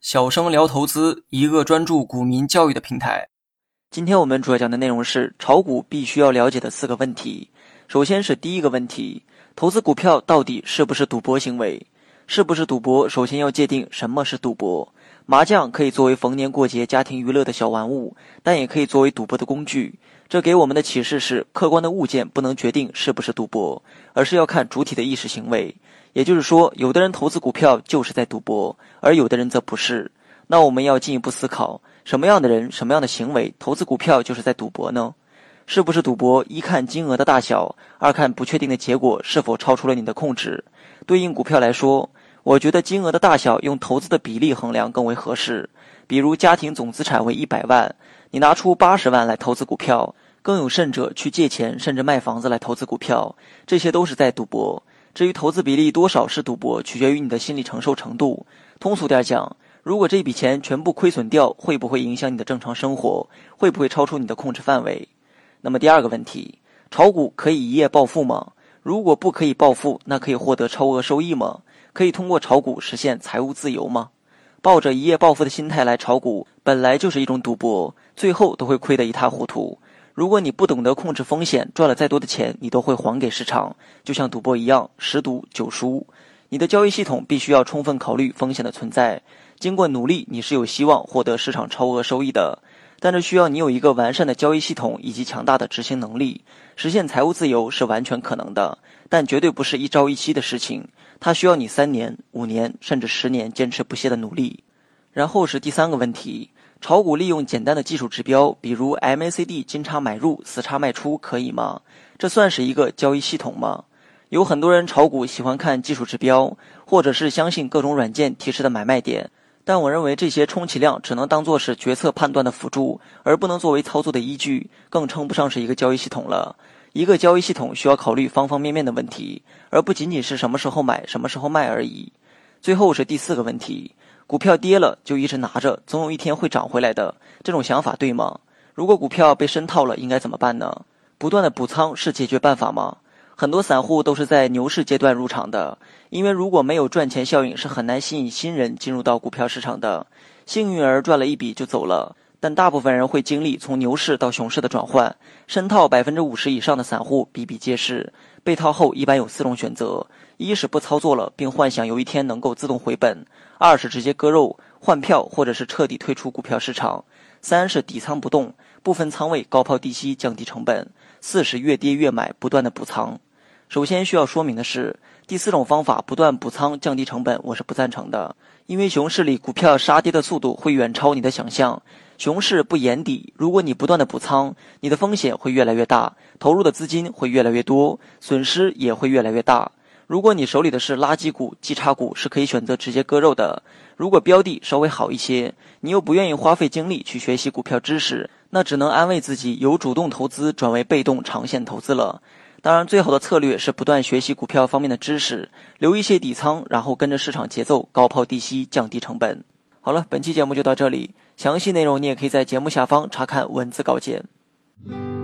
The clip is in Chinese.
小生聊投资，一个专注股民教育的平台。 今天我们主要讲的内容是炒股必须要了解的4个问题。首先是第一个问题，投资股票到底是不是赌博行为？是不是赌博，首先要界定什么是赌博。麻将可以作为逢年过节家庭娱乐的小玩物，但也可以作为赌博的工具。这给我们的启示是，客观的物件不能决定是不是赌博，而是要看主体的意识行为。也就是说，有的人投资股票就是在赌博，而有的人则不是。那我们要进一步思考，什么样的人、什么样的行为投资股票就是在赌博呢？是不是赌博，一看金额的大小，二看不确定的结果是否超出了你的控制。对应股票来说，我觉得金额的大小用投资的比例衡量更为合适。比如家庭总资产为100万，你拿出80万来投资股票，更有甚者去借钱甚至卖房子来投资股票，这些都是在赌博。至于投资比例多少是赌博，取决于你的心理承受程度。通俗点讲，如果这笔钱全部亏损掉，会不会影响你的正常生活？会不会超出你的控制范围？那么第二个问题，炒股可以一夜暴富吗？如果不可以暴富，那可以获得超额收益吗？可以通过炒股实现财务自由吗？抱着一夜暴富的心态来炒股，本来就是一种赌博，最后都会亏得一塌糊涂。如果你不懂得控制风险，赚了再多的钱，你都会还给市场，就像赌博一样，10赌9输。你的交易系统必须要充分考虑风险的存在，经过努力，你是有希望获得市场超额收益的。但这需要你有一个完善的交易系统以及强大的执行能力。实现财务自由是完全可能的，但绝对不是一朝一夕的事情，它需要你3年、5年甚至10年坚持不懈的努力。然后是第三个问题，炒股利用简单的技术指标，比如 MACD 金叉买入、死叉卖出可以吗？这算是一个交易系统吗？有很多人炒股喜欢看技术指标，或者是相信各种软件提示的买卖点，但我认为这些充其量只能当作是决策判断的辅助，而不能作为操作的依据，更称不上是一个交易系统了。一个交易系统需要考虑方方面面的问题，而不仅仅是什么时候买、什么时候卖而已。最后是第4个问题，股票跌了就一直拿着，总有一天会涨回来的，这种想法对吗？如果股票被深套了，应该怎么办呢？不断的补仓是解决办法吗？很多散户都是在牛市阶段入场的，因为如果没有赚钱效应，是很难吸引新人进入到股票市场的。幸运儿赚了一笔就走了，但大部分人会经历从牛市到熊市的转换。深套50%以上的散户比比皆是，被套后一般有4种选择：一是不操作了，并幻想有一天能够自动回本；二是直接割肉换票，或者是彻底退出股票市场；三是底仓不动，部分仓位高抛低吸降低成本；四是越跌越买，不断的补仓。首先需要说明的是，第4种方法不断补仓降低成本，我是不赞成的。因为熊市里股票杀跌的速度会远超你的想象，熊市不言底，如果你不断的补仓，你的风险会越来越大，投入的资金会越来越多，损失也会越来越大。如果你手里的是垃圾股、绩差股，是可以选择直接割肉的。如果标的稍微好一些，你又不愿意花费精力去学习股票知识，那只能安慰自己由主动投资转为被动长线投资了。当然，最好的策略是不断学习股票方面的知识，留一些底仓，然后跟着市场节奏高抛低吸，降低成本。好了，本期节目就到这里，详细内容你也可以在节目下方查看文字稿件。